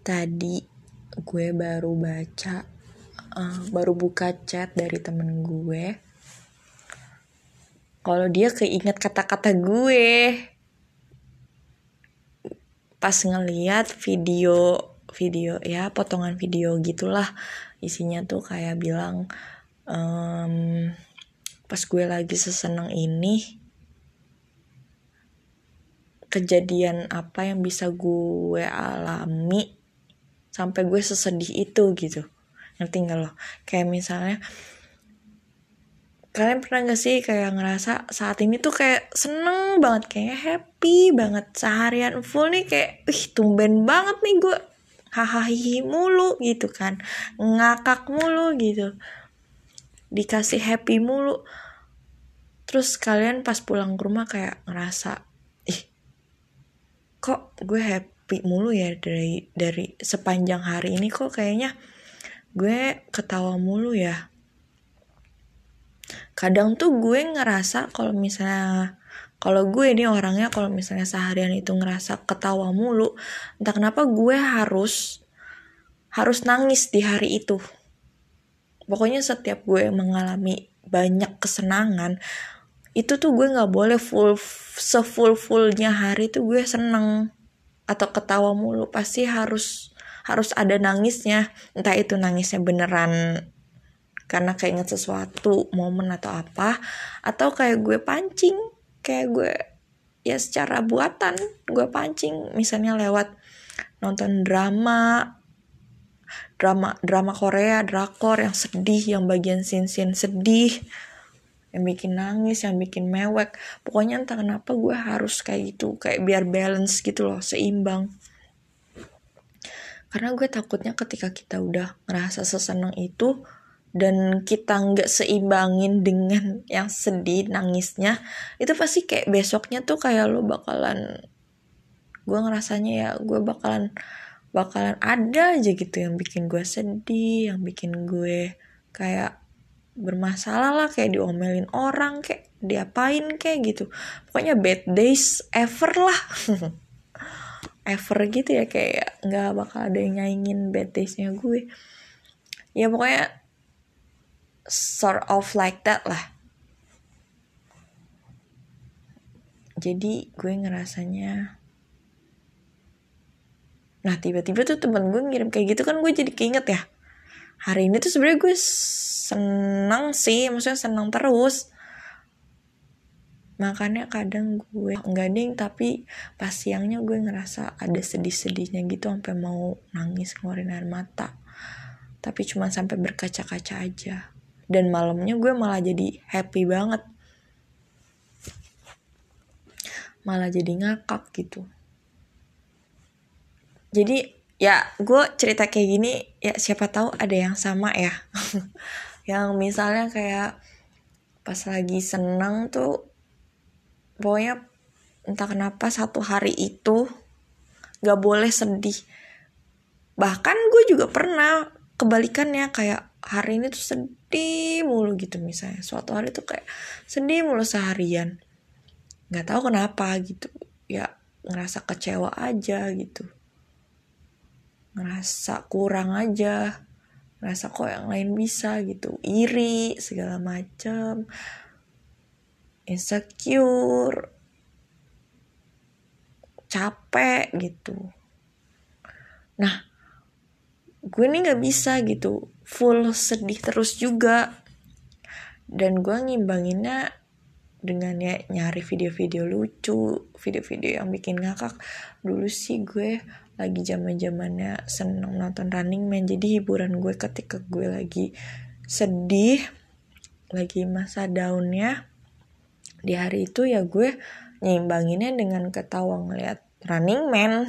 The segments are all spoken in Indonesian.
Tadi gue baru buka chat dari temen gue. Kalau dia keinget kata-kata gue pas ngeliat video ya, potongan video gitulah, isinya tuh kayak bilang pas gue lagi seseneng ini, kejadian apa yang bisa gue alami sampai gue sesedih itu gitu. Ngerti gak lo? Kayak misalnya, kalian pernah gak sih kayak ngerasa saat ini tuh kayak seneng banget, kayak happy banget, seharian full nih kayak tumben banget nih gue hahaha mulu gitu kan, ngakak mulu gitu, dikasih happy mulu. Terus kalian pas pulang ke rumah kayak ngerasa kok gue happy mulu ya dari sepanjang hari ini, kok kayaknya gue ketawa mulu ya. Kadang tuh gue ngerasa kalau gue nih orangnya, kalau misalnya seharian itu ngerasa ketawa mulu, entah kenapa gue harus nangis di hari itu. Pokoknya setiap gue mengalami banyak kesenangan, itu tuh gue nggak boleh fullnya hari tuh gue seneng atau ketawa mulu. Pasti harus ada nangisnya, entah itu nangisnya beneran karena keinget sesuatu momen atau apa, atau kayak gue pancing, kayak gue ya secara buatan gue pancing, misalnya lewat nonton drama Korea, drakor yang sedih, yang bagian scene sedih, yang bikin nangis, yang bikin mewek. Pokoknya entah kenapa gue harus kayak gitu, kayak biar balance gitu loh, seimbang. Karena gue takutnya ketika kita udah ngerasa seseneng itu dan kita gak seimbangin dengan yang sedih, nangisnya, itu pasti kayak besoknya tuh kayak lo gue ngerasanya ya gue bakalan ada aja gitu yang bikin gue sedih, yang bikin gue kayak bermasalah lah, kayak diomelin orang, kayak diapain kayak gitu. Pokoknya bad days ever lah. Ever gitu ya, kayak gak bakal ada yang nyaingin bad daysnya gue. Ya pokoknya sort of like that lah. Jadi gue ngerasanya, nah tiba-tiba tuh temen gue ngirim kayak gitu kan, gue jadi keinget ya, hari ini tuh sebenarnya gue senang sih, maksudnya senang terus. Makanya kadang gue enggak ding, tapi pas siangnya gue ngerasa ada sedih-sedihnya gitu, sampai mau nangis, ngeluarin air mata. Tapi cuma sampai berkaca-kaca aja. Dan malamnya gue malah jadi happy banget. Malah jadi ngakak gitu. Jadi ya gue cerita kayak gini ya siapa tahu ada yang sama ya. Yang misalnya kayak pas lagi senang tuh, pokoknya entah kenapa satu hari itu gak boleh sedih. Bahkan gue juga pernah kebalikannya, kayak hari ini tuh sedih mulu gitu. Misalnya suatu hari tuh kayak sedih mulu seharian, gak tahu kenapa gitu ya, ngerasa kecewa aja gitu, ngerasa kurang aja, ngerasa kok yang lain bisa gitu, iri segala macem, insecure, capek gitu. Nah gue nih gak bisa gitu full sedih terus juga. Dan gue ngimbanginnya dengan ya nyari video-video lucu, video-video yang bikin ngakak. Dulu sih gue lagi zaman-zamannya seneng nonton Running Man. Jadi hiburan gue ketika gue lagi sedih, lagi masa downnya di hari itu, ya gue nyimbanginnya dengan ketawa ngeliat Running Man.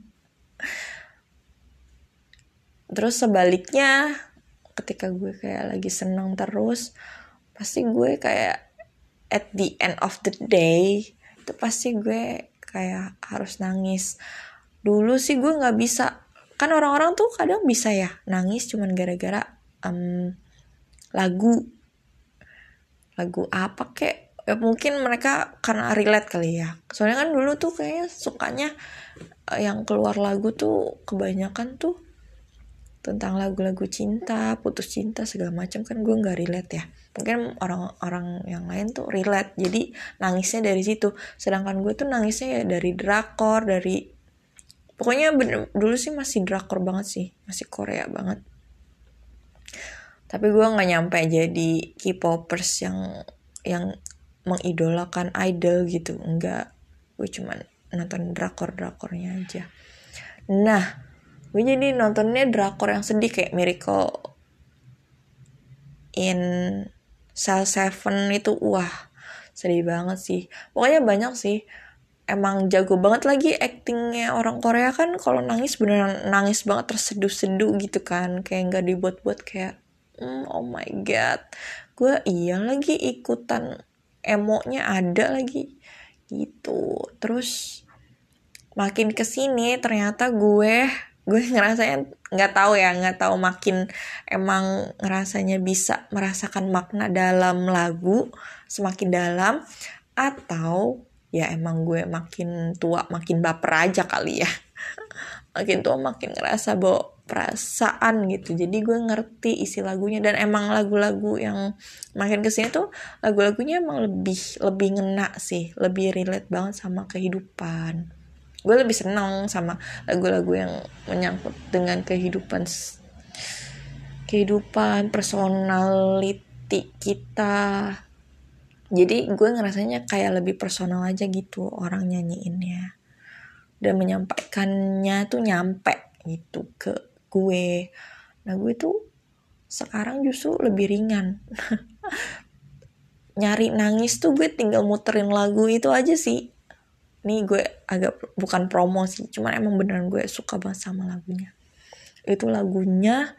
Terus sebaliknya, ketika gue kayak lagi seneng terus, pasti gue kayak at the end of the day itu pasti gue kayak harus nangis. Dulu sih gue nggak bisa, kan orang-orang tuh kadang bisa ya nangis cuman gara-gara lagu apa kek, Ya mungkin mereka karena relate kali ya. Soalnya kan dulu tuh kayaknya sukanya yang keluar lagu tuh kebanyakan tuh tentang lagu-lagu cinta, putus cinta segala macam, kan gue nggak relate ya. Mungkin orang-orang yang lain tuh relate, jadi nangisnya dari situ. Sedangkan gue tuh nangisnya ya dari drakor, dari pokoknya dulu sih masih drakor banget sih, masih Korea banget. Tapi gue nggak nyampe jadi K-popers yang mengidolakan idol gitu, enggak. Gue cuman nonton drakor-drakornya aja. Nah, gue jadi nontonnya drakor yang sedih kayak Miracle in Cell 7 itu, wah sedih banget sih. Pokoknya banyak sih. Emang jago banget lagi actingnya orang Korea kan, kalau nangis beneran nangis banget, terseduh-seduh gitu kan, kayak nggak dibuat-buat kayak oh my god, gue iya lagi ikutan emonya ada lagi gitu. Terus makin kesini ternyata gue ngerasain, nggak tahu makin emang ngerasanya bisa merasakan makna dalam lagu semakin dalam, atau ya emang gue makin tua makin baper aja kali ya. Makin tua makin ngerasa bawa perasaan gitu, jadi gue ngerti isi lagunya. Dan emang lagu-lagu yang makin kesini tuh lagu-lagunya emang lebih ngena sih, lebih relate banget sama kehidupan. Gue lebih seneng sama lagu-lagu yang menyangkut dengan kehidupan personality kita. Jadi gue ngerasanya kayak lebih personal aja gitu orang nyanyiinnya, dan menyampaikannya tuh nyampe gitu ke gue. Nah gue tuh sekarang justru lebih ringan. Nyari nangis tuh gue tinggal muterin lagu itu aja sih. Nih gue agak bukan promo sih, cuman emang beneran gue suka banget sama lagunya. Itu lagunya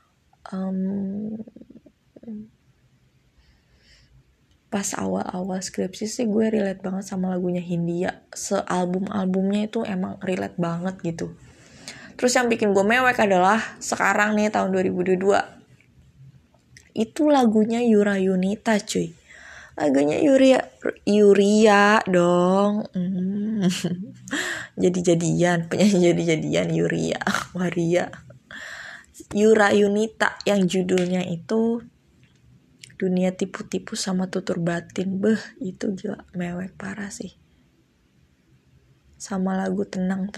pas awal-awal skripsi sih gue relate banget sama lagunya Hindia. Sealbum-albumnya itu emang relate banget gitu. Terus yang bikin gue mewek adalah sekarang nih tahun 2022, itu lagunya Yura Yunita cuy. Lagunya Yuria dong. Jadi-jadian, penyanyi jadi-jadian Yuria Waria. Yura Yunita yang judulnya itu Dunia Tipu-Tipu sama Tutur Batin. Itu gila, mewek parah sih. Sama lagu Tenang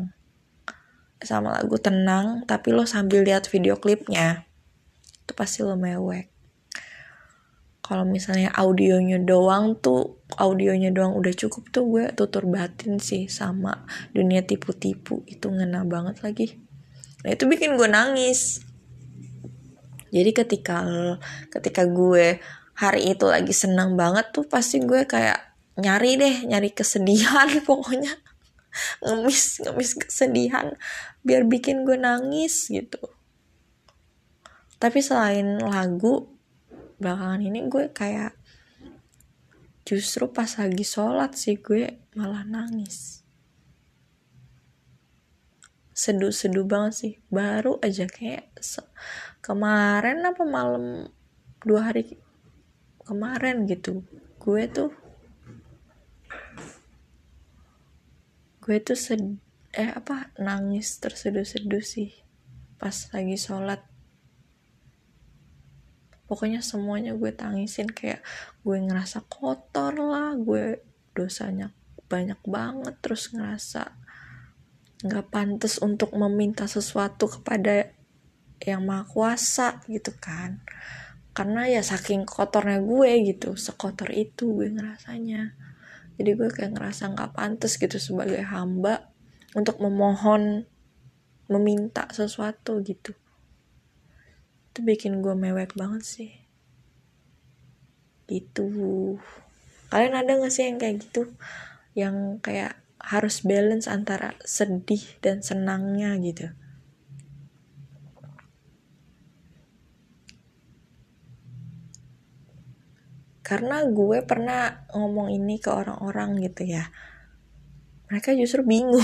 tapi lo sambil lihat video klipnya itu pasti lo mewek. Kalau misalnya audionya doang udah cukup tuh, gue Tutur Batin sih sama Dunia Tipu-Tipu itu ngena banget lagi. Nah itu bikin gue nangis. Jadi ketika gue hari itu lagi senang banget tuh, pasti gue kayak nyari kesedihan pokoknya. ngemis kesedihan biar bikin gue nangis gitu. Tapi selain lagu, belakangan ini gue kayak justru pas lagi sholat sih gue malah nangis. Seduh banget sih. Baru aja kayak kemarin apa malam 2 hari kemarin gitu, gue tuh nangis terseduh-seduh sih pas lagi sholat. Pokoknya semuanya gue tangisin, kayak gue ngerasa kotor lah, gue dosanya banyak banget, terus ngerasa gak pantas untuk meminta sesuatu kepada yang maha kuasa gitu kan. Karena ya saking kotornya gue gitu, sekotor itu gue ngerasanya. Jadi gue kayak ngerasa gak pantas gitu sebagai hamba untuk meminta sesuatu gitu. Itu bikin gue mewek banget sih gitu. Kalian ada gak sih yang kayak gitu, yang kayak harus balance antara sedih dan senangnya gitu? Karena gue pernah ngomong ini ke orang-orang gitu ya, mereka justru bingung.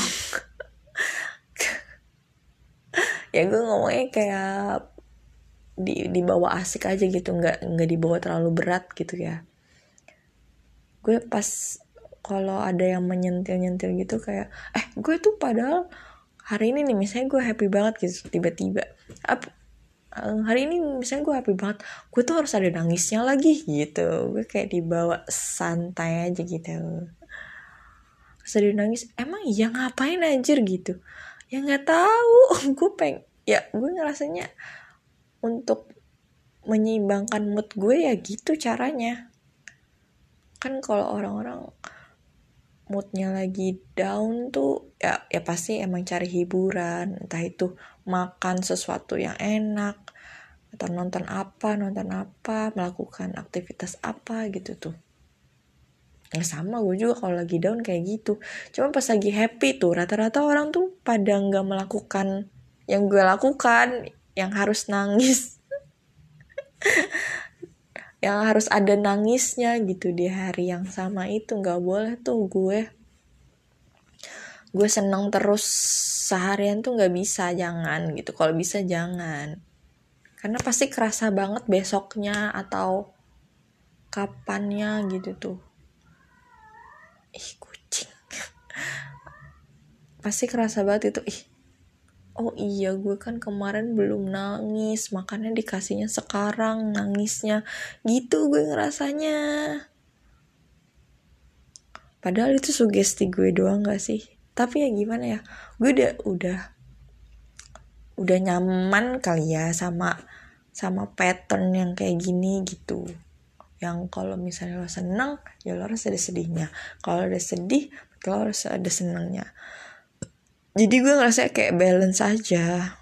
Ya gue ngomongnya kayak dibawa asik aja gitu, nggak dibawa terlalu berat gitu ya. gue pas kalau ada yang menyentil-nyentil gitu kayak gue tuh padahal hari ini nih misalnya gue happy banget gitu, tiba-tiba hari ini misalnya gue happy banget, gue tuh harus ada nangisnya lagi gitu. Gue kayak dibawa santai aja gitu, harus ada nangis. Emang iya ngapain anjir gitu ya, nggak tahu. Gue ngerasanya untuk menyeimbangkan mood gue ya gitu caranya. Kan kalau orang-orang moodnya lagi down tuh ya pasti emang cari hiburan, entah itu makan sesuatu yang enak atau nonton apa, melakukan aktivitas apa gitu tuh. Ya sama, gue juga kalau lagi down kayak gitu. Cuma pas lagi happy tuh rata-rata orang tuh pada nggak melakukan yang gue lakukan, yang harus nangis yang harus ada nangisnya gitu di hari yang sama itu. Nggak boleh tuh gue seneng terus seharian tuh nggak bisa, jangan gitu. Kalau bisa jangan, karena pasti kerasa banget besoknya atau kapannya gitu tuh. Kucing pasti kerasa banget itu. Oh iya, gue kan kemarin belum nangis, makanya dikasihnya sekarang nangisnya gitu gue ngerasanya. Padahal itu sugesti gue doang gak sih? Tapi ya gimana ya, gue udah nyaman kali ya sama pattern yang kayak gini gitu. Yang kalau misalnya lo seneng, ya lo harus ada sedihnya. Kalau ada sedih, lo harus ada senengnya. Jadi gue ngerasa kayak balance aja.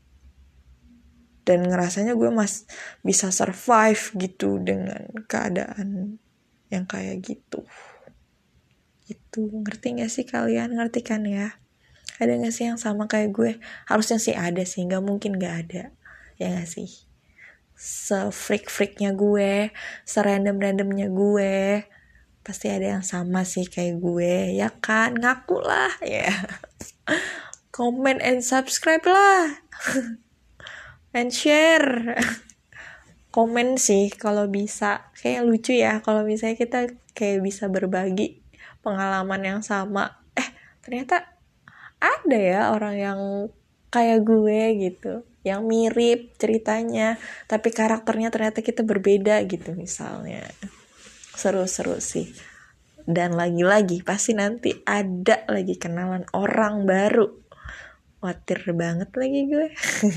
Dan ngerasanya gue bisa survive gitu dengan keadaan yang kayak gitu. Gitu, ngerti gak sih kalian? Ngerti kan ya? Ada gak sih yang sama kayak gue? Harusnya sih ada sih, gak mungkin gak ada. Ya gak sih? Se-freak-freaknya gue, serandom-randomnya gue, pasti ada yang sama sih kayak gue, ya kan? Ngaku lah ya. Comment and subscribe lah. And share. Komen sih kalau bisa. Kayak lucu ya kalau misalnya kita kayak bisa berbagi pengalaman yang sama. Ternyata ada ya orang yang kayak gue gitu, yang mirip ceritanya, tapi karakternya ternyata kita berbeda gitu misalnya. Seru-seru sih. Dan lagi-lagi pasti nanti ada lagi kenalan orang baru. Khawatir banget lagi gue.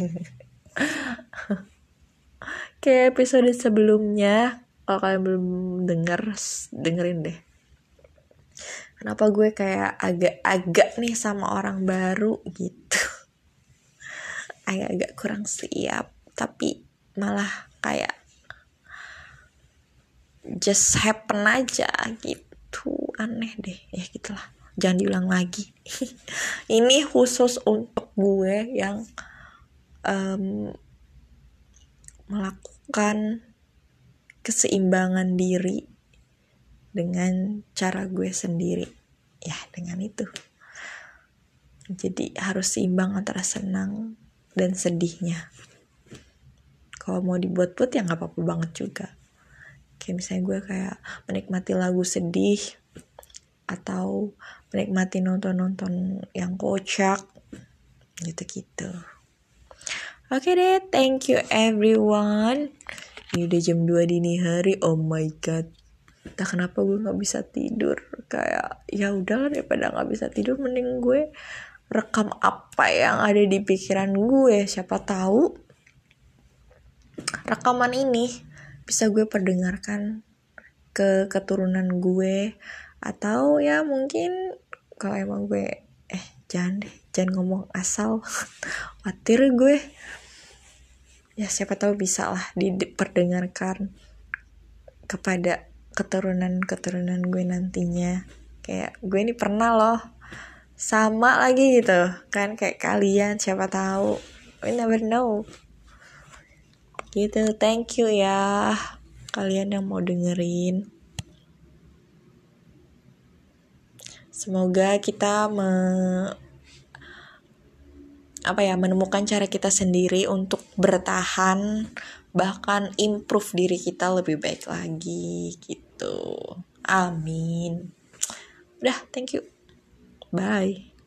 Kayak episode sebelumnya, kalau kalian belum dengerin deh. Kenapa gue kayak agak-agak nih sama orang baru gitu. Agak-agak kurang siap, tapi malah kayak just happen aja gitu. Aneh deh, ya gitulah. Jangan diulang lagi. Ini khusus untuk gue yang melakukan keseimbangan diri dengan cara gue sendiri. Ya dengan itu. Jadi harus seimbang antara senang dan sedihnya. Kalau mau dibuat-buat ya gak apa-apa banget juga. Kayak misalnya gue kayak menikmati lagu sedih, atau menikmati nonton-nonton yang kocak gitu-gitu. Oke deh, thank you everyone. Ini udah jam 2 dini hari. Oh my god, entah kenapa gue gak bisa tidur. Kayak ya udahlah, daripada gak bisa tidur mending gue rekam apa yang ada di pikiran gue. Siapa tahu rekaman ini bisa gue perdengarkan ke keturunan gue. Atau ya mungkin kalau emang gue jangan ngomong asal. Khawatir gue. Ya siapa tahu bisa lah diperdengarkan kepada keturunan gue nantinya. Kayak gue ini pernah loh sama lagi gitu kan kayak kalian, siapa tahu. We never know. Gitu, thank you ya kalian yang mau dengerin. Semoga kita menemukan cara kita sendiri untuk bertahan, bahkan improve diri kita lebih baik lagi gitu. Amin. Udah, thank you. Bye.